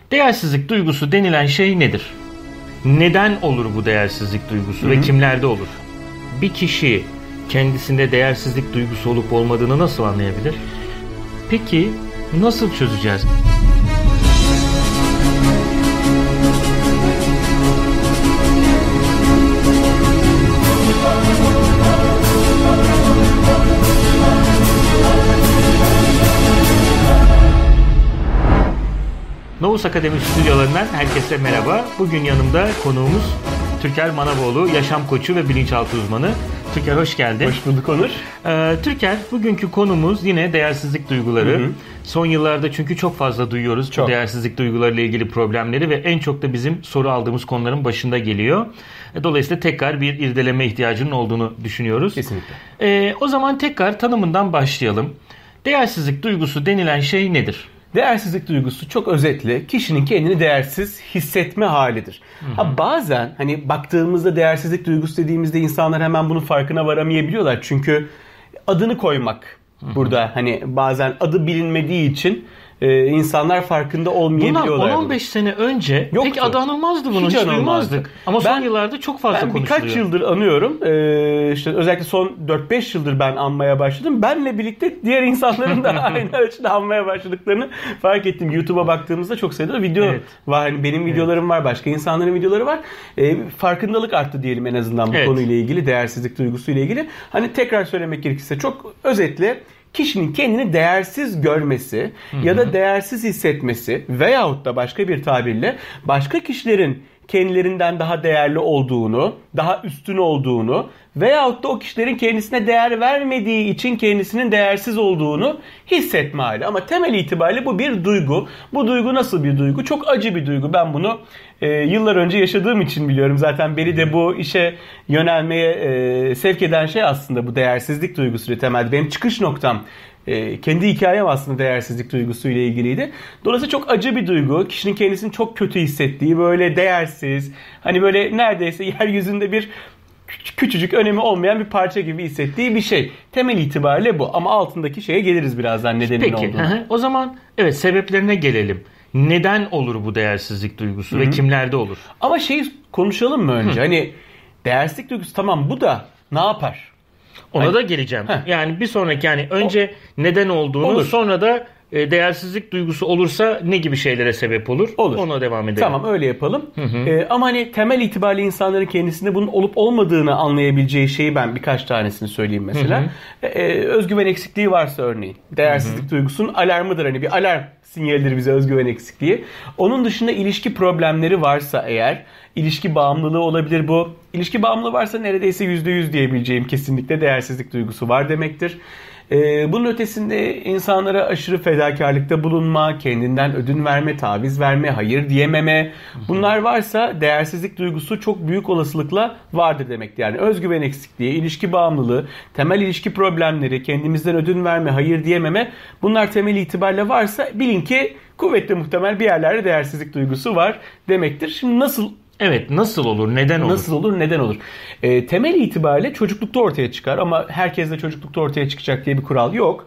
Değersizlik duygusu denilen şey nedir? Neden olur bu değersizlik duygusu ve kimlerde olur? Bir kişi kendisinde değersizlik duygusu olup olmadığını nasıl anlayabilir? Peki nasıl çözeceğiz? Novus Akademi stüdyolarından herkese merhaba. Bugün yanımda konuğumuz Türker Manavoğlu, yaşam koçu ve bilinçaltı uzmanı. Türker hoş geldin. Hoş bulduk Onur. Türker, bugünkü konumuz yine değersizlik duyguları. Son yıllarda çünkü çok fazla duyuyoruz bu değersizlik duygularıyla ilgili problemleri ve en çok da bizim soru aldığımız konuların başında geliyor. Dolayısıyla tekrar bir irdeleme ihtiyacının olduğunu düşünüyoruz. Kesinlikle. O zaman tekrar tanımından başlayalım. Değersizlik duygusu denilen şey nedir? Değersizlik duygusu çok özetle kişinin kendini değersiz hissetme halidir. Bazen hani baktığımızda değersizlik duygusu dediğimizde insanlar hemen bunun farkına varamayabiliyorlar. Çünkü adını koymak burada hani bazen adı bilinmediği için insanlar farkında olmayabiliyorlar. Bundan 10-15 sene önce yoktu. Pek adı anılmazdı bunun, hiç duymazdık. Ama son yıllarda çok fazla konuşuluyor. Ben birkaç yıldır anıyorum. İşte özellikle son 4-5 yıldır ben anmaya başladım. Benle birlikte diğer insanların da aynı ölçüde anmaya başladıklarını fark ettim. YouTube'a baktığımızda çok sayıda video var. Hani benim videolarım var, başka insanların videoları var. Farkındalık arttı diyelim en azından bu konuyla ilgili, değersizlik duygusuyla ilgili. Hani tekrar söylemek gerekirse çok özetle kişinin kendini değersiz görmesi ya da değersiz hissetmesi veyahut da başka bir tabirle başka kişilerin kendilerinden daha değerli olduğunu, daha üstün olduğunu veyahut da o kişilerin kendisine değer vermediği için kendisinin değersiz olduğunu hissetme hali. Ama temel itibariyle bu bir duygu. Bu duygu nasıl bir duygu? Çok acı bir duygu. Ben bunu yıllar önce yaşadığım için biliyorum. Zaten beni de bu işe yönelmeye sevk eden şey aslında bu değersizlik duygusuyla temelde. Benim çıkış noktam kendi hikayem aslında değersizlik duygusuyla ilgiliydi. Dolayısıyla çok acı bir duygu. Kişinin kendisini çok kötü hissettiği, böyle değersiz, hani böyle neredeyse yeryüzünde bir küçücük önemi olmayan bir parça gibi hissettiği bir şey. Temel itibariyle bu. Ama altındaki şeye geliriz birazdan nedenin olduğunu. Peki. O zaman sebeplerine gelelim. Neden olur bu değersizlik duygusu ve kimlerde olur? Ama konuşalım mı önce? Hani değersizlik duygusu tamam, bu da ne yapar? Ona da geleceğim. Yani bir sonraki önce neden olduğunu, sonra da değersizlik duygusu olursa ne gibi şeylere sebep olur? Ona devam edelim. Tamam, öyle yapalım. Ama hani temel itibariyle insanların kendisinde bunun olup olmadığını anlayabileceği şeyi ben birkaç tanesini söyleyeyim mesela. Özgüven eksikliği varsa örneğin. Değersizlik duygusunun alarmıdır. Hani bir alarm sinyalidir bize özgüven eksikliği. Onun dışında ilişki problemleri varsa eğer, ilişki bağımlılığı olabilir bu. İlişki bağımlılığı varsa neredeyse %100 diyebileceğim kesinlikle değersizlik duygusu var demektir. Bunun ötesinde insanlara aşırı fedakarlıkta bulunma, kendinden ödün verme, taviz verme, hayır diyememe, bunlar varsa değersizlik duygusu çok büyük olasılıkla vardır demektir. Yani özgüven eksikliği, ilişki bağımlılığı, temel ilişki problemleri, kendimizden ödün verme, hayır diyememe, bunlar temel itibariyle varsa bilin ki kuvvetle muhtemel bir yerlerde değersizlik duygusu var demektir. Şimdi nasıl olur? Neden olur? Nasıl olur? Neden olur? Temel itibariyle çocuklukta ortaya çıkar ama herkes de çocuklukta ortaya çıkacak diye bir kural yok.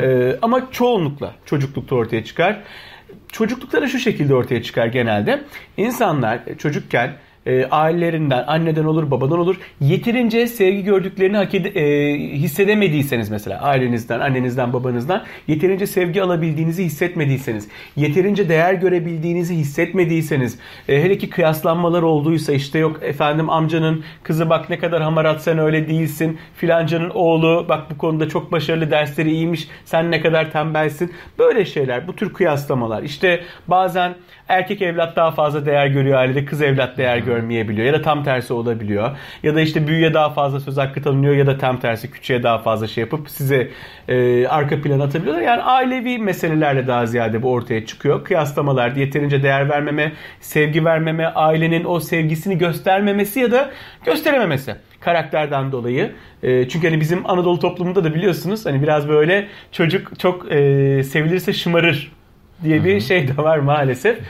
Ama çoğunlukla çocuklukta ortaya çıkar. Çocuklukta da şu şekilde ortaya çıkar genelde. İnsanlar çocukken ailelerinden, anneden olur, babadan olur, yeterince sevgi gördüklerini hissedemediyseniz mesela ailenizden, annenizden, babanızdan yeterince sevgi alabildiğinizi hissetmediyseniz, yeterince değer görebildiğinizi hissetmediyseniz, hele ki kıyaslanmalar olduysa, işte yok efendim amcanın kızı bak ne kadar hamarat, sen öyle değilsin, filancanın oğlu bak bu konuda çok başarılı, dersleri iyiymiş, sen ne kadar tembelsin, böyle şeyler, bu tür kıyaslamalar. İşte bazen erkek evlat daha fazla değer görüyor ailede, kız evlat değer görmeyebiliyor ya da tam tersi olabiliyor. Ya da işte büyüğe daha fazla söz hakkı tanınıyor ya da tam tersi küçüğe daha fazla şey yapıp size arka plana atabiliyorlar. Yani ailevi meselelerle daha ziyade bu ortaya çıkıyor. Kıyaslamalar, yeterince değer vermeme, sevgi vermeme, ailenin o sevgisini göstermemesi ya da gösterememesi karakterden dolayı. Çünkü hani bizim Anadolu toplumunda da biliyorsunuz hani biraz böyle çocuk çok sevilirse şımarır diye bir şey de var maalesef.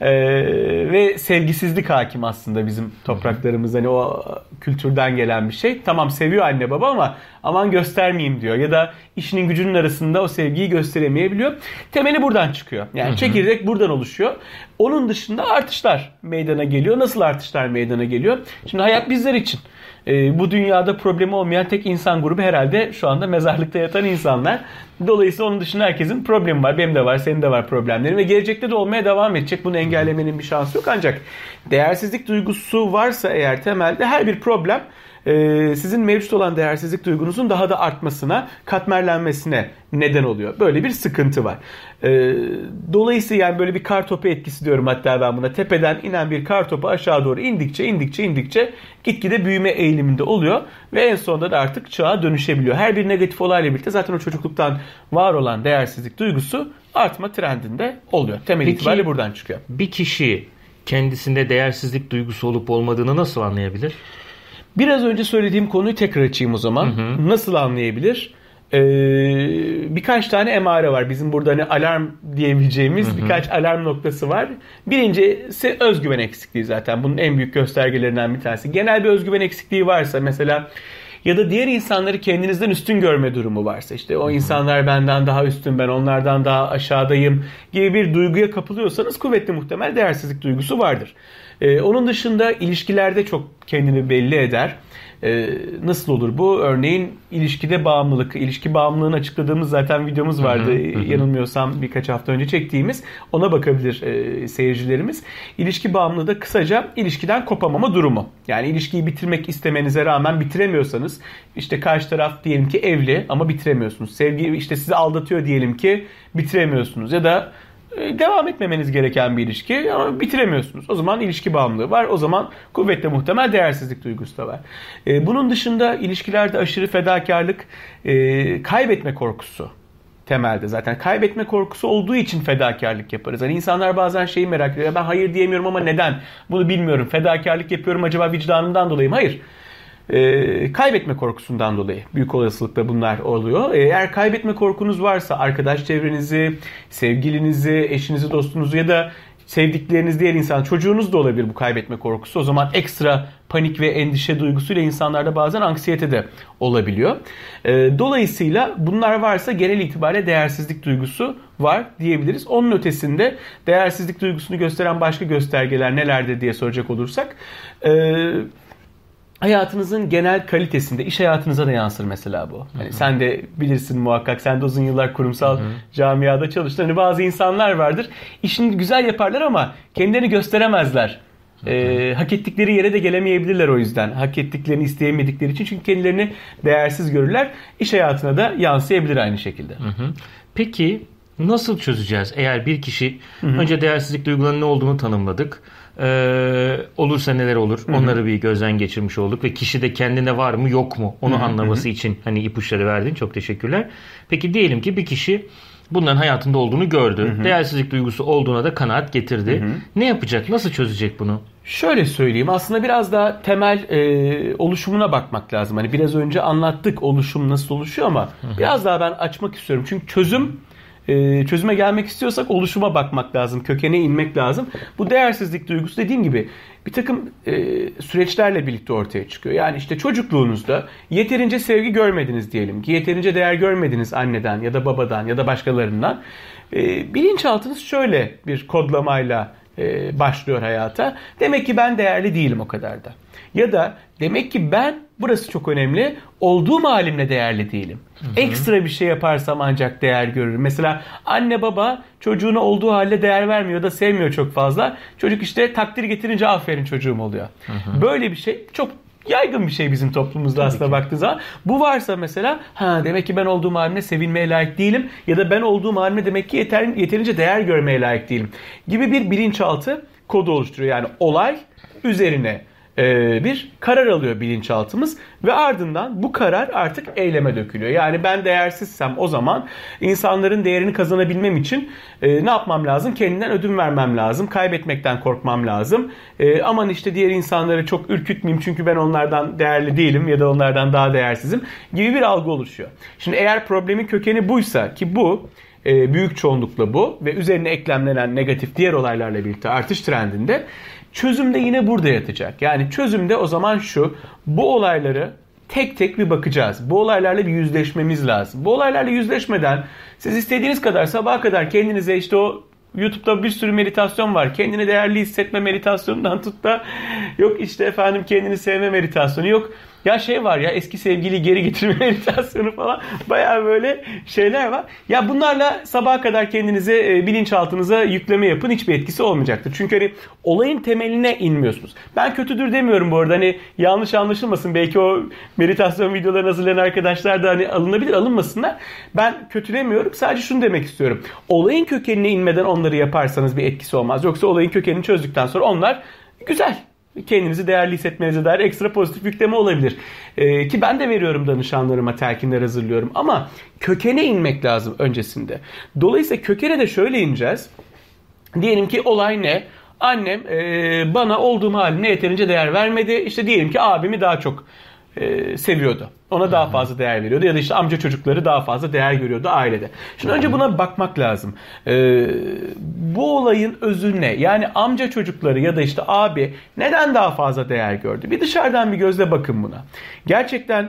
Ve sevgisizlik hakim aslında bizim topraklarımızda. Hani o kültürden gelen bir şey. Tamam, seviyor anne baba ama aman göstermeyeyim diyor. Ya da işinin gücünün arasında o sevgiyi gösteremeyebiliyor. Temeli buradan çıkıyor. Yani çekirdek buradan oluşuyor. Onun dışında artışlar meydana geliyor. Nasıl artışlar meydana geliyor? Şimdi hayat bizler için. Bu dünyada problemi olmayan tek insan grubu herhalde şu anda mezarlıkta yatan insanlar. Dolayısıyla onun dışında herkesin problemi var. Benim de var, senin de var problemlerin ve gelecekte de olmaya devam edecek. Bunu engellemenin bir şansı yok. Ancak değersizlik duygusu varsa eğer temelde her bir problem sizin mevcut olan değersizlik duygunuzun daha da artmasına, katmerlenmesine neden oluyor. Böyle bir sıkıntı var. Dolayısıyla yani böyle bir kartopu etkisi diyorum hatta ben buna. Tepeden inen bir kartopu aşağı doğru indikçe gitgide büyüme eğiliminde oluyor ve en sonunda da artık çağa dönüşebiliyor. Her bir negatif olayla birlikte zaten o çocukluktan var olan değersizlik duygusu artma trendinde oluyor. Temel itibariyle buradan çıkıyor. Bir kişi kendisinde değersizlik duygusu olup olmadığını nasıl anlayabilir? Biraz önce söylediğim konuyu tekrar açayım o zaman. Nasıl anlayabilir? Birkaç tane emare var. Bizim burada hani alarm diyebileceğimiz birkaç alarm noktası var. Birincisi özgüven eksikliği zaten. Bunun en büyük göstergelerinden bir tanesi. Genel bir özgüven eksikliği varsa mesela ya da diğer insanları kendinizden üstün görme durumu varsa, işte o insanlar benden daha üstün, ben onlardan daha aşağıdayım gibi bir duyguya kapılıyorsanız kuvvetli muhtemel değersizlik duygusu vardır. Onun dışında ilişkilerde çok kendini belli eder. Nasıl olur bu? Örneğin ilişkide bağımlılık. İlişki bağımlılığını açıkladığımız zaten videomuz vardı. Yanılmıyorsam birkaç hafta önce çektiğimiz. Ona bakabilir seyircilerimiz. İlişki bağımlılığı da kısaca ilişkiden kopamama durumu. Yani ilişkiyi bitirmek istemenize rağmen bitiremiyorsanız, işte karşı taraf diyelim ki evli ama bitiremiyorsunuz. Sevgi işte sizi aldatıyor diyelim ki, bitiremiyorsunuz. Ya da devam etmemeniz gereken bir ilişki ama bitiremiyorsunuz. O zaman ilişki bağımlılığı var. O zaman kuvvetle muhtemel değersizlik duygusu da var. Bunun dışında ilişkilerde aşırı fedakarlık, kaybetme korkusu temelde zaten. Kaybetme korkusu olduğu için fedakarlık yaparız. Hani insanlar bazen şeyi merak ediyor. Ben hayır diyemiyorum ama neden? Bunu bilmiyorum. Fedakarlık yapıyorum acaba vicdanımdan dolayı mı? Hayır. Kaybetme korkusundan dolayı büyük olasılıkla bunlar oluyor. Eğer kaybetme korkunuz varsa arkadaş çevrenizi, sevgilinizi, eşinizi, dostunuzu ya da sevdikleriniz diğer insan, çocuğunuz da olabilir bu kaybetme korkusu. O zaman ekstra panik ve endişe duygusuyla insanlarda bazen anksiyete de olabiliyor. Dolayısıyla bunlar varsa genel itibariyle değersizlik duygusu var diyebiliriz. Onun ötesinde değersizlik duygusunu gösteren başka göstergeler nelerdir diye soracak olursak, hayatınızın genel kalitesinde, iş hayatınıza da yansır mesela bu. Hani sen de bilirsin muhakkak, sen de uzun yıllar kurumsal camiada çalıştın. Hani bazı insanlar vardır, işini güzel yaparlar ama kendilerini gösteremezler. Hak ettikleri yere de gelemeyebilirler o yüzden. Hak ettiklerini isteyemedikleri için, çünkü kendilerini değersiz görürler. İş hayatına da yansıyabilir aynı şekilde. Peki nasıl çözeceğiz? Eğer bir kişi önce değersizlik duygularının ne olduğunu tanımladık. Olursa neler olur? Onları bir gözden geçirmiş olduk ve kişi de kendine var mı yok mu onu anlaması için hani ipuçları verdin. Çok teşekkürler. Peki diyelim ki bir kişi bunların hayatında olduğunu gördü. Değersizlik duygusu olduğuna da kanaat getirdi. Ne yapacak? Nasıl çözecek bunu? Şöyle söyleyeyim. Aslında biraz daha temel oluşumuna bakmak lazım. Hani biraz önce anlattık oluşum nasıl oluşuyor ama biraz daha ben açmak istiyorum. Çünkü çözüme gelmek istiyorsak oluşuma bakmak lazım. Kökene inmek lazım. Bu değersizlik duygusu dediğim gibi bir takım süreçlerle birlikte ortaya çıkıyor. Yani işte çocukluğunuzda yeterince sevgi görmediniz diyelim ki. Yeterince değer görmediniz anneden ya da babadan ya da başkalarından. Bilinçaltınız şöyle bir kodlamayla başlıyor hayata. Demek ki ben değerli değilim o kadar da. Ya da demek ki ben, burası çok önemli, olduğum halimle değerli değilim. Ekstra bir şey yaparsam ancak değer görürüm. Mesela anne baba çocuğuna olduğu halde değer vermiyor da sevmiyor çok fazla. Çocuk işte takdir getirince aferin çocuğum oluyor. Böyle bir şey çok yaygın bir şey bizim toplumumuzda aslında baktığı zaman. Bu varsa mesela demek ki ben olduğum halimle sevilmeye layık değilim ya da ben olduğum halimle demek ki yeterince değer görmeye layık değilim gibi bir bilinçaltı kodu oluşturuyor. Yani olay üzerine bir karar alıyor bilinçaltımız ve ardından bu karar artık eyleme dökülüyor. Yani ben değersizsem o zaman insanların değerini kazanabilmem için ne yapmam lazım? Kendimden ödün vermem lazım. Kaybetmekten korkmam lazım. Aman işte diğer insanları çok ürkütmeyeyim çünkü ben onlardan değerli değilim ya da onlardan daha değersizim gibi bir algı oluşuyor. Şimdi eğer problemin kökeni buysa ki bu büyük çoğunlukla bu ve üzerine eklemlenen negatif diğer olaylarla birlikte artış trendinde. Çözüm de yine burada yatacak. Yani çözüm de o zaman şu: bu olayları tek tek bir bakacağız. Bu olaylarla bir yüzleşmemiz lazım. Bu olaylarla yüzleşmeden siz istediğiniz kadar sabaha kadar kendinize işte o YouTube'da bir sürü meditasyon var. Kendini değerli hissetme meditasyonundan tut da yok işte efendim kendini sevme meditasyonu, yok ya şey var ya eski sevgiliyi geri getirme meditasyonu falan, bayağı böyle şeyler var. Ya bunlarla sabaha kadar kendinize bilinçaltınıza yükleme yapın, hiçbir etkisi olmayacaktır. Çünkü hani olayın temeline inmiyorsunuz. Ben kötüdür demiyorum bu arada, hani yanlış anlaşılmasın. Belki o meditasyon videolarını hazırlayan arkadaşlar da hani alınabilir, alınmasınlar. Ben kötülemiyorum. Sadece şunu demek istiyorum. Olayın kökenine inmeden onları yaparsanız bir etkisi olmaz. Yoksa olayın kökenini çözdükten sonra onlar güzel, kendinizi değerli hissetmenize dair ekstra pozitif yükleme olabilir. Ki ben de veriyorum danışanlarıma, telkinler hazırlıyorum. Ama kökene inmek lazım öncesinde. Dolayısıyla kökene de şöyle ineceğiz. Diyelim ki olay ne? Annem bana olduğum haline yeterince değer vermedi. İşte diyelim ki abimi daha çok seviyordu. Ona daha fazla değer veriyordu. Ya da işte amca çocukları daha fazla değer görüyordu ailede. Şimdi önce buna bakmak lazım. Bu olayın özü ne? Yani amca çocukları ya da işte abi neden daha fazla değer gördü? Bir dışarıdan bir gözle bakın buna. Gerçekten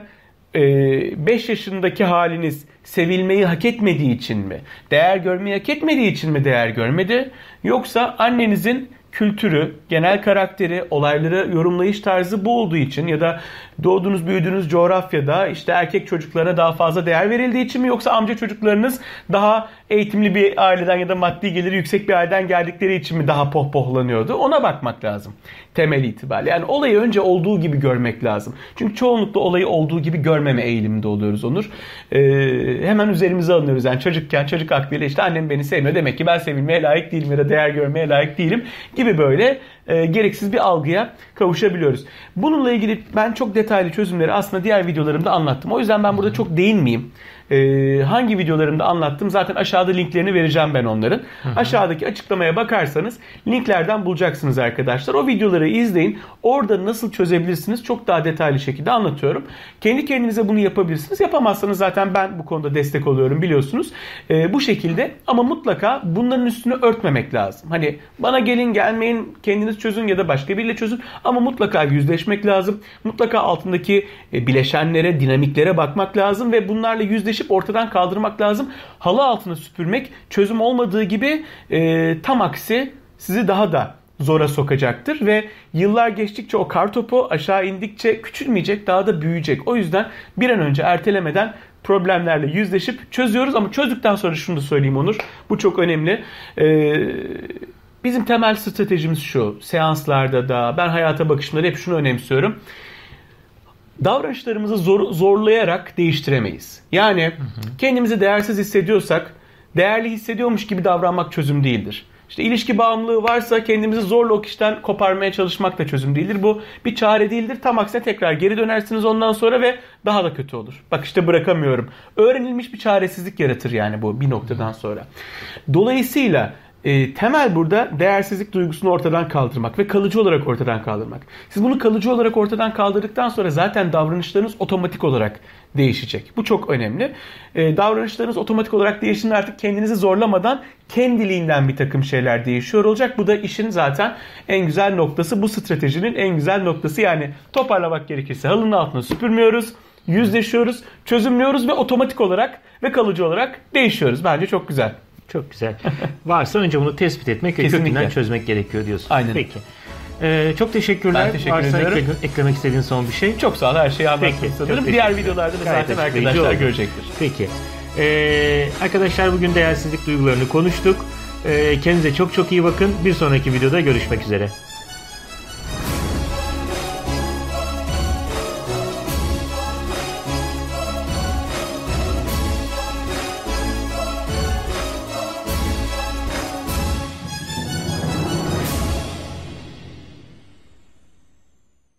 5 yaşındaki haliniz sevilmeyi hak etmediği için mi? Değer görmeyi hak etmediği için mi değer görmedi? Yoksa annenizin kültürü, genel karakteri, olayları yorumlayış tarzı bu olduğu için ya da doğduğunuz, büyüdüğünüz coğrafyada işte erkek çocuklarına daha fazla değer verildiği için mi, yoksa amca çocuklarınız daha eğitimli bir aileden ya da maddi geliri yüksek bir aileden geldikleri için mi daha pohpohlanıyordu? Ona bakmak lazım temel itibariyle. Yani olayı önce olduğu gibi görmek lazım. Çünkü çoğunlukla olayı olduğu gibi görmeme eğiliminde oluyoruz Onur. Hemen üzerimize alınıyoruz. Yani çocukken çocuk aklıyla işte annem beni sevmiyor, demek ki ben sevilmeye layık değilim ya da değer görmeye layık değilim gibi böyle gereksiz bir algıya kavuşabiliyoruz. Bununla ilgili ben çok detaylı çözümleri aslında diğer videolarımda anlattım. O yüzden ben burada çok değinmeyeyim. Hangi videolarımda anlattım zaten aşağıda linklerini vereceğim ben onların. Aşağıdaki açıklamaya bakarsanız linklerden bulacaksınız arkadaşlar. O videoları izleyin. Orada nasıl çözebilirsiniz çok daha detaylı şekilde anlatıyorum. Kendi kendinize bunu yapabilirsiniz. Yapamazsanız zaten ben bu konuda destek oluyorum biliyorsunuz. Bu şekilde, ama mutlaka bunların üstünü örtmemek lazım. Hani bana gelin gelmeyin, kendiniz çözün ya da başka biriyle çözün, ama mutlaka yüzleşmek lazım. Mutlaka altındaki bileşenlere, dinamiklere bakmak lazım ve bunlarla yüzleşip ortadan kaldırmak lazım. Halı altına süpürmek çözüm olmadığı gibi tam aksi sizi daha da zora sokacaktır ve yıllar geçtikçe o kartopu aşağı indikçe küçülmeyecek, daha da büyüyecek. O yüzden bir an önce ertelemeden problemlerle yüzleşip çözüyoruz, ama çözdükten sonra şunu da söyleyeyim Onur, bu çok önemli. Bizim temel stratejimiz şu, seanslarda da ben hayata bakışımda hep şunu önemsiyorum. Davranışlarımızı zorlayarak değiştiremeyiz. Yani kendimizi değersiz hissediyorsak değerli hissediyormuş gibi davranmak çözüm değildir. İşte ilişki bağımlılığı varsa kendimizi zorla o kişiden koparmaya çalışmak da çözüm değildir. Bu bir çare değildir. Tam aksine tekrar geri dönersiniz ondan sonra ve daha da kötü olur. Bak işte bırakamıyorum. Öğrenilmiş bir çaresizlik yaratır yani bu bir noktadan sonra. Dolayısıyla temel burada değersizlik duygusunu ortadan kaldırmak ve kalıcı olarak ortadan kaldırmak. Siz bunu kalıcı olarak ortadan kaldırdıktan sonra zaten davranışlarınız otomatik olarak değişecek. Bu çok önemli. Davranışlarınız otomatik olarak değiştiğinde artık kendinizi zorlamadan kendiliğinden bir takım şeyler değişiyor olacak. Bu da işin zaten en güzel noktası. Bu stratejinin en güzel noktası. Yani toparlamak gerekirse halının altına süpürmüyoruz, yüzleşiyoruz, çözümlüyoruz ve otomatik olarak ve kalıcı olarak değişiyoruz. Bence çok güzel. Çok güzel. Varsa önce bunu tespit etmek ve kökünden çözmek gerekiyor diyorsun. Aynen. Peki. Çok teşekkürler. Ben teşekkür ediyorum. Eklemek istediğin son bir şey. Çok sağ ol. Her şeyi anlattım sanırım. Diğer videolarda da zaten arkadaşlar görecektir. Peki. Arkadaşlar bugün değersizlik duygularını konuştuk. Kendinize çok çok iyi bakın. Bir sonraki videoda görüşmek üzere.